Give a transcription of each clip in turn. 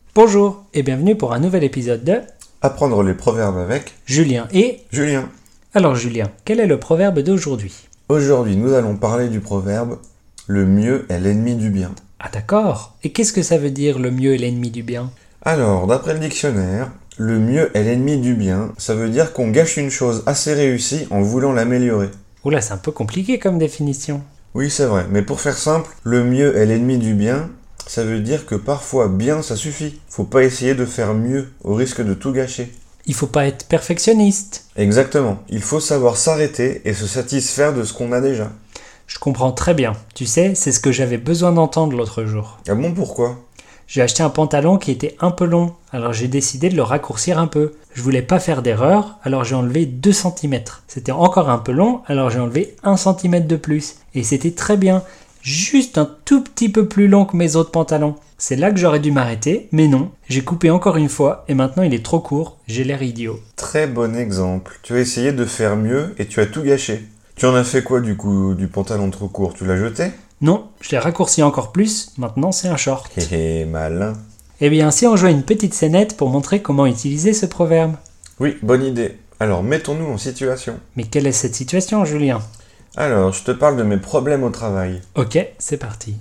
Bonjour et bienvenue pour un nouvel épisode de Apprendre les proverbes avec Julien et... Julien. Alors Julien, quel est le proverbe d'aujourd'hui ? Aujourd'hui, nous allons parler du proverbe « Le mieux est l'ennemi du bien ». Ah d'accord. Et qu'est-ce que ça veut dire le mieux est l'ennemi du bien ? Alors, d'après le dictionnaire, le mieux est l'ennemi du bien, ça veut dire qu'on gâche une chose assez réussie en voulant l'améliorer. Oula, c'est un peu compliqué comme définition. Oui, c'est vrai, mais pour faire simple, le mieux est l'ennemi du bien, ça veut dire que parfois bien ça suffit. Faut pas essayer de faire mieux, au risque de tout gâcher. Il faut pas être perfectionniste. Exactement, il faut savoir s'arrêter et se satisfaire de ce qu'on a déjà. Je comprends très bien. Tu sais, c'est ce que j'avais besoin d'entendre l'autre jour. Ah bon, pourquoi ? J'ai acheté un pantalon qui était un peu long, alors j'ai décidé de le raccourcir un peu. Je voulais pas faire d'erreur, alors j'ai enlevé 2 cm. C'était encore un peu long, alors j'ai enlevé 1 cm de plus. Et c'était très bien, juste un tout petit peu plus long que mes autres pantalons. C'est là que j'aurais dû m'arrêter, mais non. J'ai coupé encore une fois, et maintenant il est trop court, j'ai l'air idiot. Très bon exemple. Tu as essayé de faire mieux et tu as tout gâché. Tu en as fait quoi du coup du pantalon trop court ? Tu l'as jeté ? Non, je l'ai raccourci encore plus, maintenant c'est un short. Hé hé, malin. Eh bien, si on jouait une petite scénette pour montrer comment utiliser ce proverbe. Oui, bonne idée. Alors, mettons-nous en situation. Mais quelle est cette situation, Julien ? Alors, je te parle de mes problèmes au travail. Ok, c'est parti.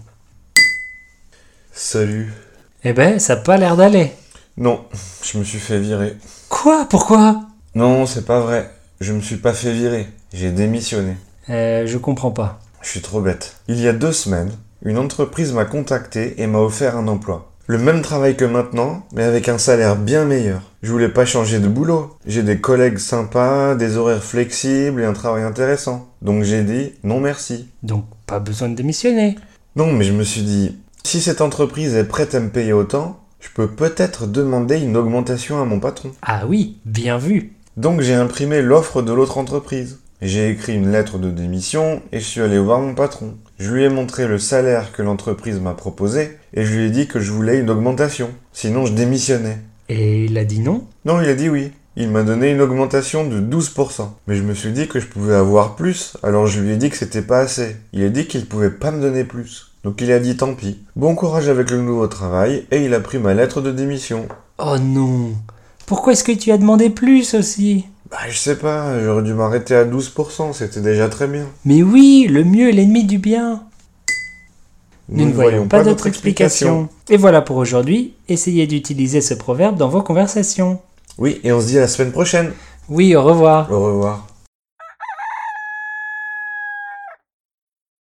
Salut. Eh ben, ça n'a pas l'air d'aller. Non, je me suis fait virer. Quoi ? Pourquoi ? Non, c'est pas vrai. Je me suis pas fait virer. J'ai démissionné. Je comprends pas. Je suis trop bête. Il y a 2 semaines, une entreprise m'a contacté et m'a offert un emploi. Le même travail que maintenant, mais avec un salaire bien meilleur. Je voulais pas changer de boulot. J'ai des collègues sympas, des horaires flexibles et un travail intéressant. Donc j'ai dit non merci. Donc, pas besoin de démissionner. Non, mais je me suis dit, si cette entreprise est prête à me payer autant, je peux peut-être demander une augmentation à mon patron. Ah oui, bien vu. Donc j'ai imprimé l'offre de l'autre entreprise. J'ai écrit une lettre de démission et je suis allé voir mon patron. Je lui ai montré le salaire que l'entreprise m'a proposé et je lui ai dit que je voulais une augmentation. Sinon je démissionnais. Et il a dit non ? Non, il a dit oui. Il m'a donné une augmentation de 12%. Mais je me suis dit que je pouvais avoir plus, alors je lui ai dit que c'était pas assez. Il a dit qu'il pouvait pas me donner plus. Donc il a dit tant pis. Bon courage avec le nouveau travail et il a pris ma lettre de démission. Oh non. Pourquoi est-ce que tu as demandé plus aussi ? Bah je sais pas, j'aurais dû m'arrêter à 12%, c'était déjà très bien. Mais oui, le mieux est l'ennemi du bien. Nous ne voyons pas d'autre explication. Et voilà pour aujourd'hui. Essayez d'utiliser ce proverbe dans vos conversations. Oui, et on se dit à la semaine prochaine. Oui, au revoir. Au revoir.